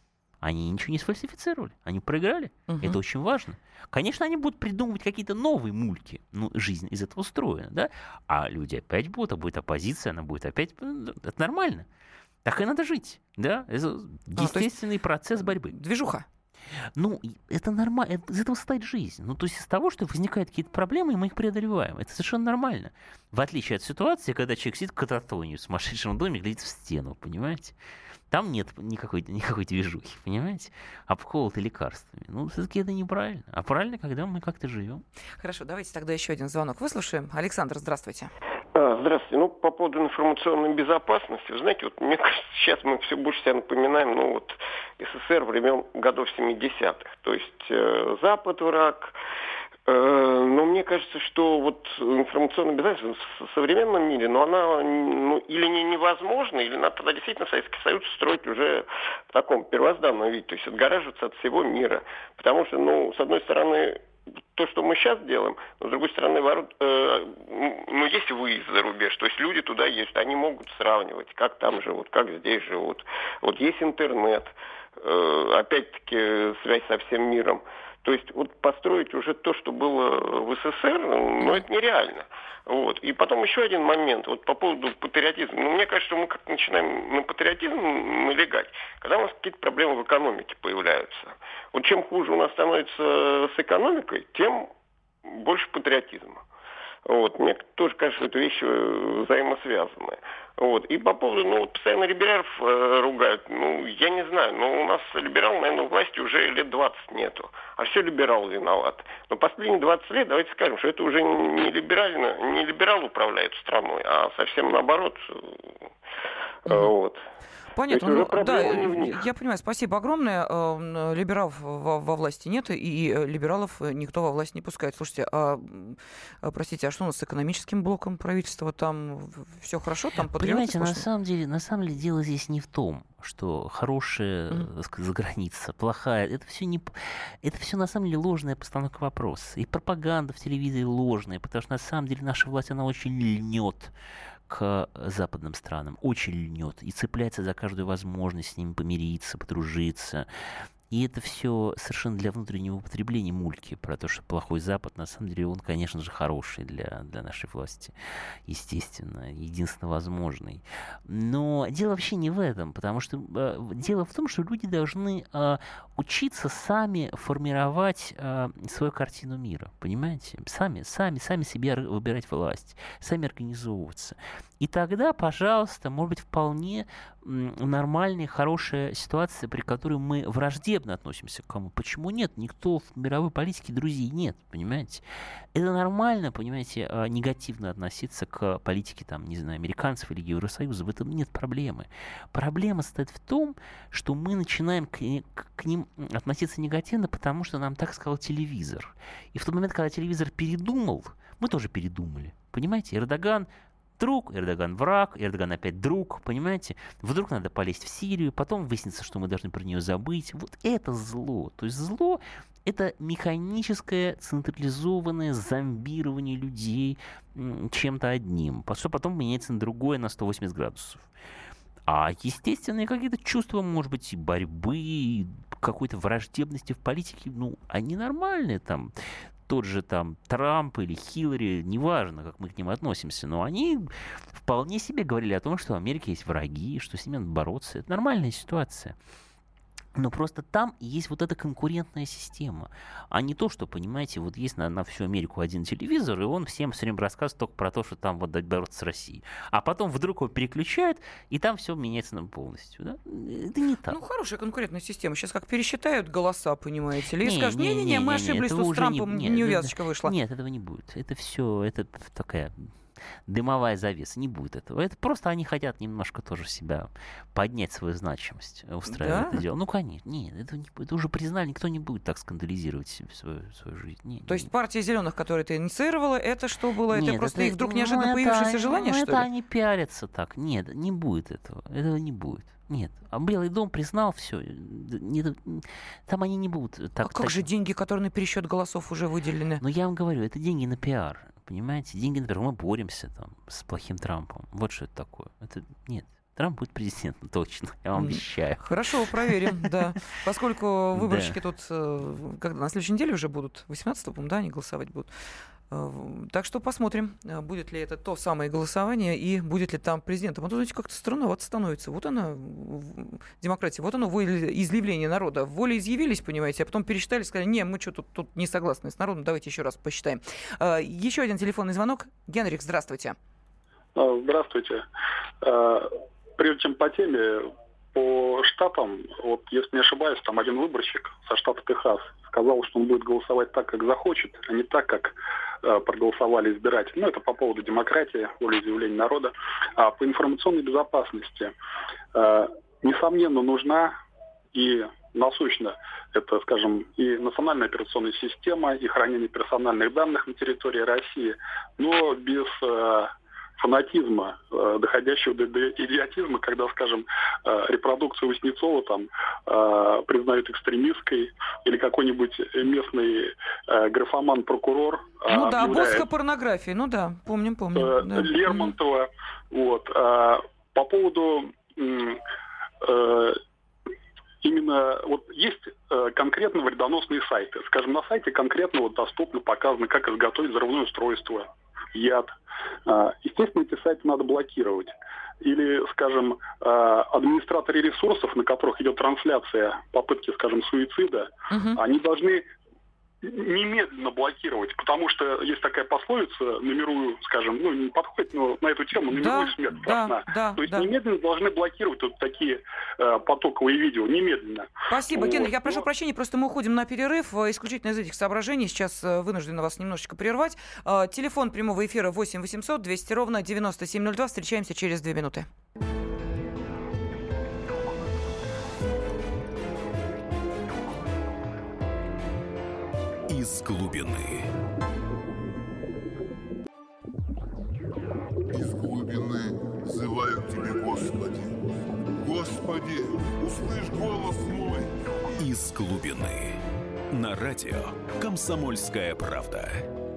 Они ничего не сфальсифицировали, они проиграли. Uh-huh. Это очень важно. Конечно, они будут придумывать какие-то новые мульки. Ну, жизнь из этого устроена, да? А люди опять будут, а будет оппозиция, она будет опять... Это нормально. Так и надо жить, да? Это естественный а, процесс борьбы. Движуха. Ну, это нормально, из этого состоит жизнь. Ну, то есть из того, что возникают какие-то проблемы, и мы их преодолеваем. Это совершенно нормально. В отличие от ситуации, когда человек сидит в кататонии в сумасшедшем доме и глядит в стену, понимаете? Там нет никакой, никакой движухи, понимаете? Обколоты лекарствами. Ну, все-таки это неправильно. А правильно, когда мы как-то живем. Хорошо, давайте тогда еще один звонок выслушаем. Александр, здравствуйте. А, здравствуйте. Ну, по поводу информационной безопасности, вы знаете, вот мне кажется, сейчас мы все больше себя напоминаем, ну, вот, СССР времен годов семидесятых. То есть э, Запад враг. Э, но мне кажется, что вот информационная безопасность в современном мире, ну, она ну, или не невозможна, или надо тогда действительно Советский Союз строить уже в таком первозданном виде, то есть отгораживаться от всего мира. Потому что, ну, с одной стороны, то, что мы сейчас делаем, но, с другой стороны, ворот, э, ну, есть выезд за рубеж, то есть люди туда ездят, они могут сравнивать, как там живут, как здесь живут. Вот есть интернет, э, опять-таки связь со всем миром. То есть вот построить уже то, что было в СССР, ну, это нереально. Вот. И потом еще один момент, вот по поводу патриотизма. Ну, мне кажется, что мы как начинаем на патриотизм налегать, когда у нас какие-то проблемы в экономике появляются. Вот чем хуже у нас становится с экономикой, тем больше патриотизма. Вот. Мне тоже кажется, что это вещи взаимосвязанные. Вот. И по поводу, ну, вот постоянно либералов э, ругают. Ну, я не знаю, но у нас либерал, наверное, власти уже лет двадцать нету. А все либерал виноват. Но последние двадцать лет, давайте скажем, что это уже не либерально, не либерал управляет страной, а совсем наоборот. Mm-hmm. Вот. Понятно. Ну, да, я понимаю, спасибо огромное. Либералов во, во власти нет, и либералов никто во власть не пускает. Слушайте, а, простите, а что у нас с экономическим блоком правительства? Там все хорошо? Там понимаете, на самом деле, на самом деле дело здесь не в том, что хорошая mm-hmm. заграница, плохая. Это все не, это все на самом деле ложная постановка вопроса. И пропаганда в телевизоре ложная, потому что на самом деле наша власть, она очень льнет к западным странам, очень льнет и цепляется за каждую возможность с ними помириться, подружиться. И это все совершенно для внутреннего употребления мульки про то, что плохой Запад, на самом деле, он, конечно же, хороший для, для нашей власти. Естественно, единственно возможный. Но дело вообще не в этом, потому что э, дело в том, что люди должны э, учиться сами формировать э, свою картину мира, понимаете? Сами, сами, сами себе выбирать власть, сами организовываться. И тогда, пожалуйста, может быть, вполне нормальная, хорошая ситуация, при которой мы враждебно относимся к кому. Почему нет? Никто в мировой политике друзей нет, понимаете? Это нормально, понимаете, негативно относиться к политике, там, не знаю, американцев или Евросоюза. В этом нет проблемы. Проблема состоит в том, что мы начинаем к, к ним относиться негативно, потому что нам так сказал телевизор. И в тот момент, когда телевизор передумал, мы тоже передумали. Понимаете? Эрдоган друг, Эрдоган враг, Эрдоган опять друг, понимаете? Вдруг надо полезть в Сирию, потом выяснится, что мы должны про нее забыть. Вот это зло. То есть зло — это механическое, централизованное зомбирование людей чем-то одним, что потом меняется на другое на сто восемьдесят градусов. А естественные какие-то чувства, может быть, и борьбы, и какой-то враждебности в политике, ну, они нормальные там. Тот же там Трамп или Хиллари, неважно, как мы к ним относимся, но они вполне себе говорили о том, что в Америке есть враги, что с ними надо бороться. Это нормальная ситуация. Но просто там есть вот эта конкурентная система, а не то, что, понимаете, вот есть на, на всю Америку один телевизор, и он всем все время рассказывает только про то, что там вот бороться с Россией. А потом вдруг его переключают, и там все меняется нам полностью. Да? Это не так. Ну, хорошая конкурентная система. Сейчас как пересчитают голоса, понимаете ли, и скажут, не-не-не, мы ошиблись, тут с Трампом не, неувязочка вышла. Нет, этого не будет. Это все, это такая... дымовая завеса. Не будет этого. Это просто они хотят немножко тоже себя поднять свою значимость, устраивать да? это дело. Ну, конечно. Нет, это, не, это уже признали, никто не будет так скандализировать свою, свою жизнь. Нет, То нет. есть партия зеленых, которую ты инициировала, это что было? Нет, это просто это, их вдруг неожиданно ну, появившееся это, желание, ну, что это ли? они пиарятся так. Нет, не будет этого. Этого не будет. Нет. А Белый дом признал все. Там они не будут. Так, а как так... же деньги, которые на пересчет голосов уже выделены? Ну, я вам говорю, это деньги на пиар. Понимаете, деньги, например, мы боремся там с плохим Трампом. Вот что это такое. Это нет. Трамп будет президентом, точно, я вам обещаю. Хорошо, проверим, да. Поскольку выборщики тут когда, на следующей неделе уже будут, восемнадцатого, по-моему, да, они голосовать будут. Так что посмотрим, будет ли это то самое голосование и будет ли там президентом. А то, знаете, как-то странновато становится. Вот она, демократия, вот оно, волеизъявление народа. Волеизъявились, понимаете, а потом пересчитали, сказали, не, мы что, тут, тут не согласны с народом, давайте еще раз посчитаем. Еще один телефонный звонок. Генрих, здравствуйте. Здравствуйте. Прежде чем по теме, по штатам, вот если не ошибаюсь, там один выборщик со штата Техас сказал, что он будет голосовать так, как захочет, а не так, как э, проголосовали избиратели. Ну, это по поводу демократии, волеизъявления народа. А по информационной безопасности, э, несомненно, нужна и насущно это, скажем, и национальная операционная система, и хранение персональных данных на территории России, но без... Э, фанатизма, э, доходящего до, до идиотизма, когда, скажем, э, репродукцию Васнецова там э, признают экстремистской, или какой-нибудь местный э, графоман-прокурор э, ну да, обоска порнографии, ну да, помним, помним. Э, да. Лермонтова. Mm-hmm. Вот. Э, по поводу э, именно вот есть э, конкретно вредоносные сайты. Скажем, на сайте конкретно вот доступно показано, как изготовить взрывное устройство, яд. Естественно, эти сайты надо блокировать. Или, скажем, администраторы ресурсов, на которых идет трансляция попытки, скажем, суицида, угу. они должны немедленно блокировать, потому что есть такая пословица, на миру, скажем, ну, не подходит, но на эту тему, на мировую да, смерть да, страшна. да, То есть да. немедленно должны блокировать вот такие э, потоковые видео, немедленно. Спасибо, вот. Генрих, я прошу но... прощения, просто мы уходим на перерыв, исключительно из этих соображений, сейчас вынуждена вас немножечко прервать. Телефон прямого эфира восемь восемьсот двести ровно девяносто семь ноль два, встречаемся через две минуты. из глубины. Из глубины взываю к тебе, Господи. Господи, услышь голос мой. Из глубины. На радио «Комсомольская правда».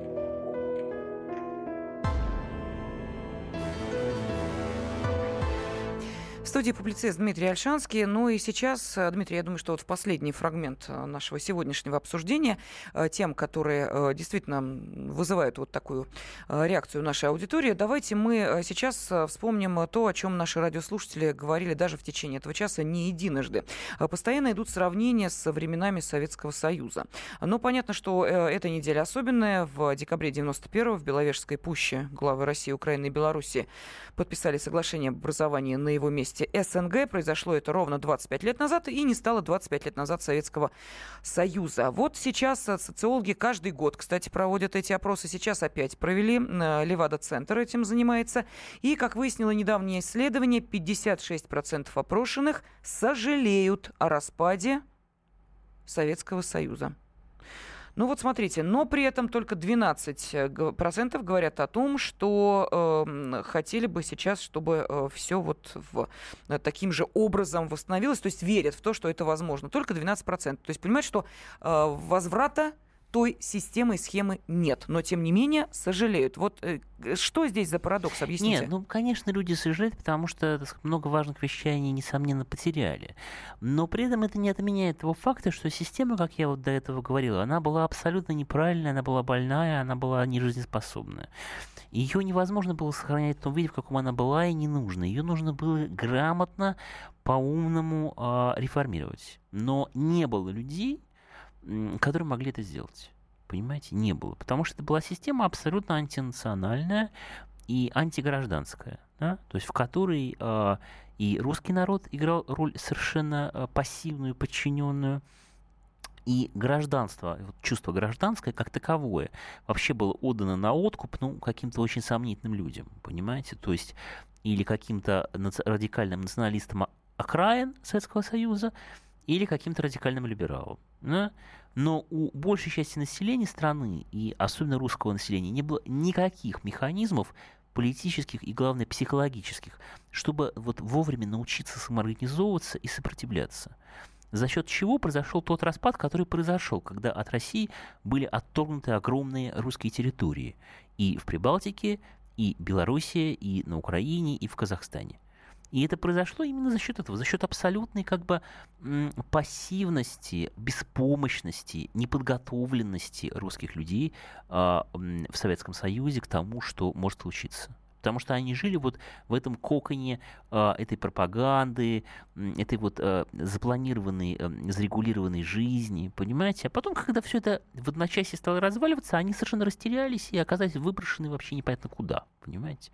В студии публицист Дмитрий Ольшанский. Ну и сейчас, Дмитрий, я думаю, что вот в последний фрагмент нашего сегодняшнего обсуждения тем, которые действительно вызывают вот такую реакцию нашей аудитории, давайте мы сейчас вспомним то, о чем наши радиослушатели говорили даже в течение этого часа не единожды. Постоянно идут сравнения с временами Советского Союза. Но понятно, что эта неделя особенная. В декабре девяносто первого в Беловежской пуще главы России, Украины и Беларуси подписали соглашение об образовании на его месте СНГ. Произошло это ровно двадцать пять лет назад, и не стало двадцать пять лет назад Советского Союза. Вот сейчас социологи каждый год, кстати, проводят эти опросы. Сейчас опять провели. Левада-центр этим занимается. И, как выяснило недавнее исследование, пятьдесят шесть процентов опрошенных сожалеют о распаде Советского Союза. Ну вот смотрите, но при этом только двенадцать процентов говорят о том, что э, хотели бы сейчас, чтобы э, все вот в, э, таким же образом восстановилось, то есть верят в то, что это возможно. Только двенадцать процентов. То есть понимают, что э, возврата той системы и схемы нет, но тем не менее сожалеют. Вот э, что здесь за парадокс, объясните? Нет, ну, конечно, люди сожалеют, потому что, так сказать, много важных вещей они, несомненно, потеряли. Но при этом это не отменяет того факта, что система, как я вот до этого говорил, она была абсолютно неправильная, она была больная, она была нежизнеспособная. Ее невозможно было сохранять в том виде, в каком она была, и не нужно. Ее нужно было грамотно, по-умному э, реформировать. Но не было людей, которые могли это сделать. Понимаете? Не было. Потому что это была система абсолютно антинациональная и антигражданская. Да? То есть в которой э, и русский народ играл роль совершенно э, пассивную, подчиненную. И гражданство, вот чувство гражданское как таковое вообще было отдано на откуп ну, каким-то очень сомнительным людям. Понимаете? То есть или каким-то наци- радикальным националистам окраин Советского Союза, или каким-то радикальным либералом. Да? Но у большей части населения страны, и особенно русского населения, не было никаких механизмов политических и, главное, психологических, чтобы вот вовремя научиться самоорганизовываться и сопротивляться. За счет чего произошел тот распад, который произошел, когда от России были отторгнуты огромные русские территории. И в Прибалтике, и в Белоруссии, и на Украине, и в Казахстане. И это произошло именно за счет этого, за счет абсолютной как бы пассивности, беспомощности, неподготовленности русских людей э, в Советском Союзе к тому, что может случиться. Потому что они жили вот в этом коконе э, этой пропаганды, этой вот э, запланированной, э, зарегулированной жизни, понимаете? А потом, когда все это в одночасье стало разваливаться, они совершенно растерялись и оказались выброшены вообще непонятно куда, понимаете?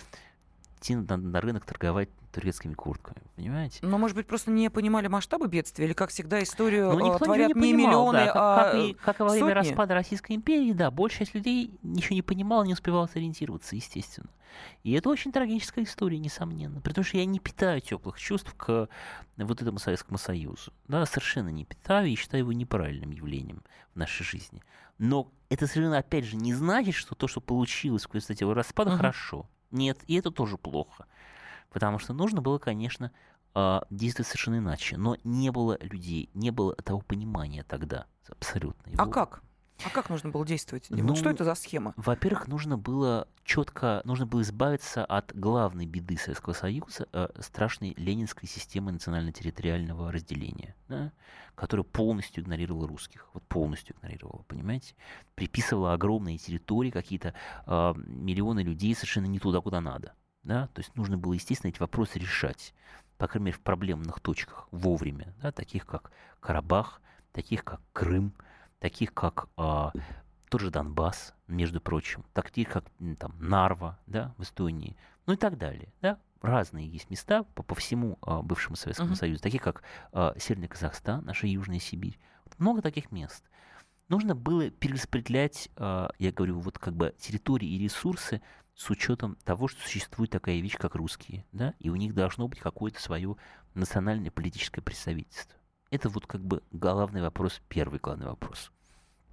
Идти на, на рынок торговать турецкими куртками, понимаете? Но, может быть, просто не понимали масштабы бедствия, или, как всегда, историю ну, творят не, не понимал, миллионы, да, как, а как, и, как и во время сотни. распада Российской империи, да, большая часть людей ничего не понимала, не успевала сориентироваться, естественно. И это очень трагическая история, несомненно. Потому что я не питаю теплых чувств к вот этому Советскому Союзу. Да, совершенно не питаю и считаю его неправильным явлением в нашей жизни. Но это совершенно, опять же, не значит, что то, что получилось в результате его распада, uh-huh. хорошо. Нет, и это тоже плохо. Потому что нужно было, конечно, действовать совершенно иначе. Но не было людей, не было того понимания тогда абсолютно. А как? А как нужно было действовать? Ну, что это за схема? Во-первых, нужно было четко, нужно было избавиться от главной беды Советского Союза, страшной ленинской системы национально-территориального разделения, да, которая полностью игнорировала русских. Вот полностью игнорировала, понимаете? Приписывала огромные территории, какие-то э, миллионы людей совершенно не туда, куда надо. Да? То есть нужно было, естественно, эти вопросы решать, по крайней мере, в проблемных точках вовремя, да, таких как Карабах, таких как Крым, таких как э, тот же Донбасс, между прочим, таких как там, Нарва, да, в Эстонии, ну и так далее. Да? Разные есть места по, по всему э, бывшему Советскому uh-huh. Союзу, такие как э, Северный Казахстан, наша Южная Сибирь. Много таких мест. Нужно было перераспределять, э, я говорю, вот как бы территории и ресурсы с учетом того, что существует такая вещь, как русские, да, и у них должно быть какое-то свое национальное политическое представительство. Это вот как бы главный вопрос, первый главный вопрос.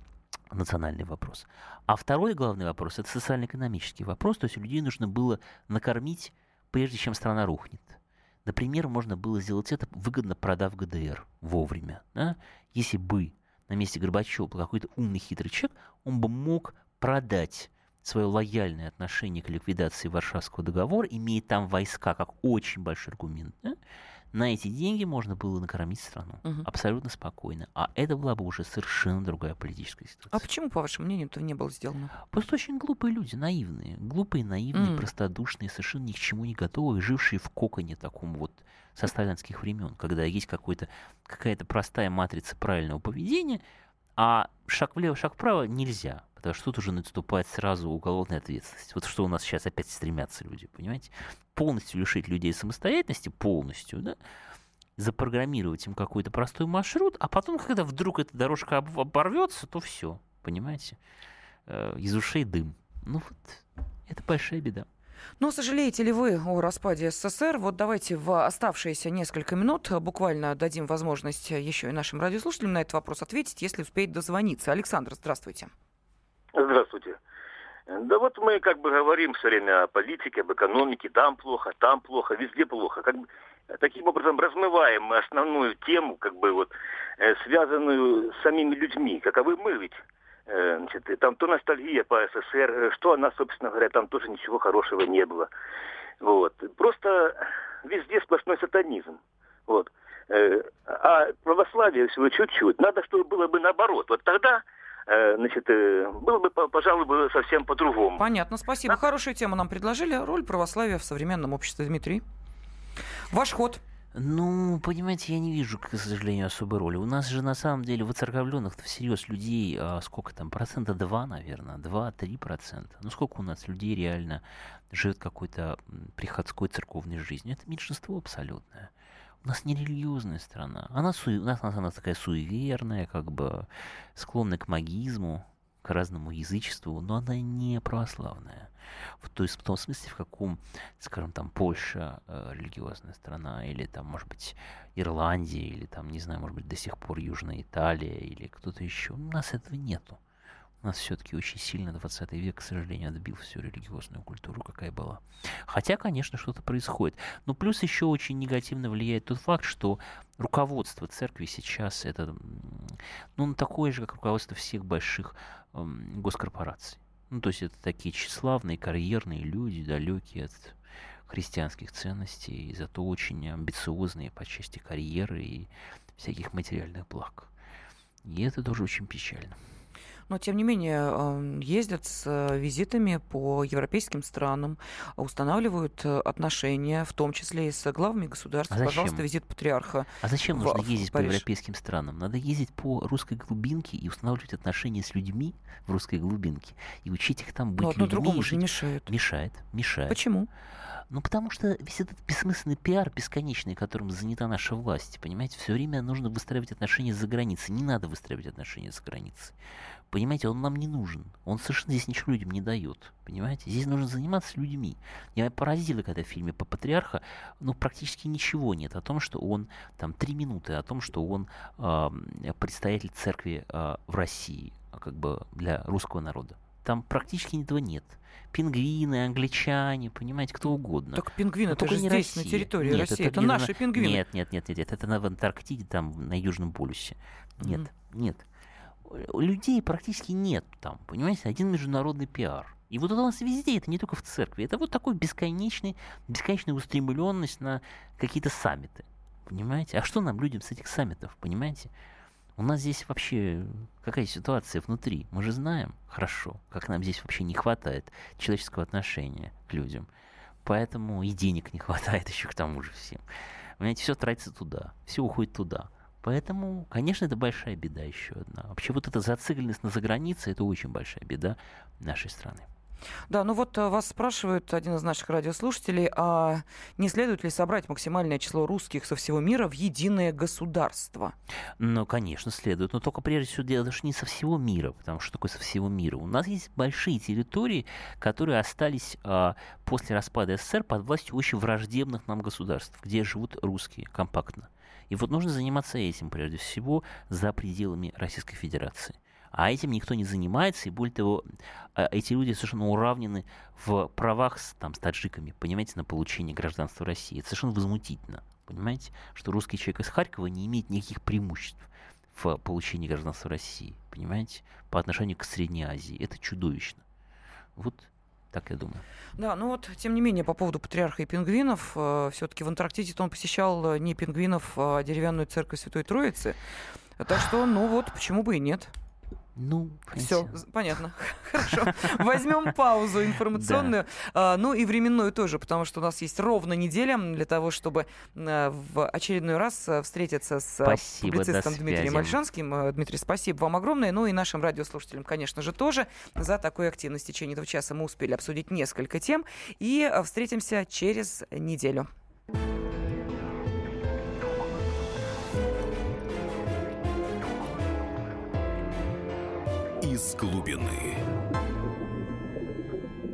национальный вопрос. А второй главный вопрос – это социально-экономический вопрос. То есть людей нужно было накормить, прежде чем страна рухнет. Например, можно было сделать это, выгодно продав ГДР вовремя. Да? Если бы на месте Горбачева был какой-то умный, хитрый человек, он бы мог продать свое лояльное отношение к ликвидации Варшавского договора, имея там войска как очень большой аргумент. Да? На эти деньги можно было накормить страну угу. абсолютно спокойно. А это была бы уже совершенно другая политическая ситуация. А почему, по вашему мнению, этого не было сделано? Просто очень глупые люди, наивные. Глупые, наивные, mm. простодушные, совершенно ни к чему не готовые, жившие в коконе таком вот со сталинских времен, когда есть какой-то, какая-то простая матрица правильного поведения, а шаг влево, шаг вправо нельзя. Потому что тут уже наступает сразу уголовная ответственность. Вот что у нас сейчас опять стремятся люди, понимаете? Полностью лишить людей самостоятельности, полностью, да, запрограммировать им какой-то простой маршрут, а потом, когда вдруг эта дорожка оборвется, то все, понимаете? Из ушей дым. Ну вот, это большая беда. Но сожалеете ли вы о распаде СССР? Вот давайте в оставшиеся несколько минут буквально дадим возможность еще и нашим радиослушателям на этот вопрос ответить, если успеет дозвониться. Александр, здравствуйте. Здравствуйте. Да вот мы как бы говорим все время о политике, об экономике, там плохо, там плохо, везде плохо. Как бы таким образом размываем мы основную тему, как бы вот э, связанную с самими людьми. Каковы мы ведь? Э, значит, там то ностальгия по СССР, что она, собственно говоря, там тоже ничего хорошего не было. Вот. Просто везде сплошной сатанизм. Вот. Э, а православие всего чуть-чуть. Надо, чтобы было бы наоборот. Вот тогда... Значит, было бы, пожалуй, бы совсем по-другому. Понятно, спасибо. А? Хорошую тему нам предложили. Роль православия в современном обществе. Дмитрий, ваш ход. Ну, понимаете, я не вижу, к сожалению, особой роли. У нас же, на самом деле, воцерковленных всерьез людей, а сколько там, процента два, наверное, два-три процента. Ну, сколько у нас людей реально живет какой-то приходской церковной жизнью? Это меньшинство абсолютное. У нас не религиозная страна. Она, су... у нас, она такая суеверная, как бы склонная к магизму, к разному язычеству, но она не православная. В, то есть, в том смысле, в каком, скажем, там, Польша э, религиозная страна, или там, может быть, Ирландия, или там, не знаю, может быть, до сих пор Южная Италия, или кто-то еще. У нас этого нету. У нас все-таки очень сильно двадцатый век, к сожалению, отбил всю религиозную культуру, какая была. Хотя, конечно, что-то происходит. Но плюс еще очень негативно влияет тот факт, что руководство церкви сейчас это, ну, такое же, как руководство всех больших эм, госкорпораций. Ну, то есть это такие тщеславные, карьерные люди, далекие от христианских ценностей, и зато очень амбициозные по части карьеры и всяких материальных благ. И это тоже очень печально. Но, тем не менее, ездят с визитами по европейским странам, устанавливают отношения, в том числе и с главами государств. А Пожалуйста, визит патриарха. А зачем в, нужно ездить в по европейским странам? Надо ездить по русской глубинке и устанавливать отношения с людьми в русской глубинке. И учить их там быть Но одно людьми. другому же мешает. Мешает, мешает. Почему? Ну, потому что весь этот бессмысленный пиар бесконечный, которым занята наша власть, понимаете, все время нужно выстраивать отношения за границей. Не надо выстраивать отношения за границей. Понимаете, он нам не нужен. Он совершенно здесь ничего людям не дает. Понимаете? Здесь нужно заниматься людьми. Я поразила, когда в фильме по патриарха, ну, практически ничего нет о том, что он, там, три минуты о том, что он э, представитель церкви э, в России, как бы для русского народа. Там практически этого нет. Пингвины, англичане, понимаете, кто угодно. Так пингвины, это же здесь, Россия. На территории нет, России. Это, это наши на... пингвины. Нет, нет, нет, нет, это на, в Антарктиде, там, на Южном полюсе. Нет, mm-hmm. нет. Людей практически нет там, понимаете, один международный пиар. И вот это у нас везде, это не только в церкви, это вот такой бесконечный, бесконечная устремленность на какие-то саммиты, понимаете? А что нам, людям, с этих саммитов, понимаете? У нас здесь вообще какая ситуация внутри, мы же знаем хорошо, как нам здесь вообще не хватает человеческого отношения к людям. Поэтому и денег не хватает еще к тому же всем. Понимаете, все тратится туда, все уходит туда. Поэтому, конечно, это большая беда еще одна. Вообще вот эта зацикленность на загранице, это очень большая беда нашей страны. Да, ну вот вас спрашивает один из наших радиослушателей, а не следует ли собрать максимальное число русских со всего мира в единое государство? Ну, конечно, следует. Но только прежде всего дело даже не со всего мира, потому что такое со всего мира. У нас есть большие территории, которые остались а, после распада СССР под властью очень враждебных нам государств, где живут русские компактно. И вот нужно заниматься этим, прежде всего, за пределами Российской Федерации. А этим никто не занимается, и более того, эти люди совершенно уравнены в правах с, там, с таджиками, понимаете, на получение гражданства России. Это совершенно возмутительно, понимаете, что русский человек из Харькова не имеет никаких преимуществ в получении гражданства России, понимаете, по отношению к Средней Азии. Это чудовищно. Вот так я думаю. Да, ну вот, тем не менее, по поводу патриарха и пингвинов, э, все-таки в Антарктиде он посещал не пингвинов, а деревянную церковь Святой Троицы. Так что, ну вот, почему бы и нет? Ну, все, понятно. Хорошо. Возьмем паузу информационную, да. а, ну и временную тоже, потому что у нас есть ровно неделя для того, чтобы а, в очередной раз встретиться с спасибо, публицистом Дмитрием Ольшанским. Дмитрий, спасибо вам огромное. Ну и нашим радиослушателям, конечно же, тоже за такую активность. В течение этого часа мы успели обсудить несколько тем. И встретимся через неделю. Из глубины.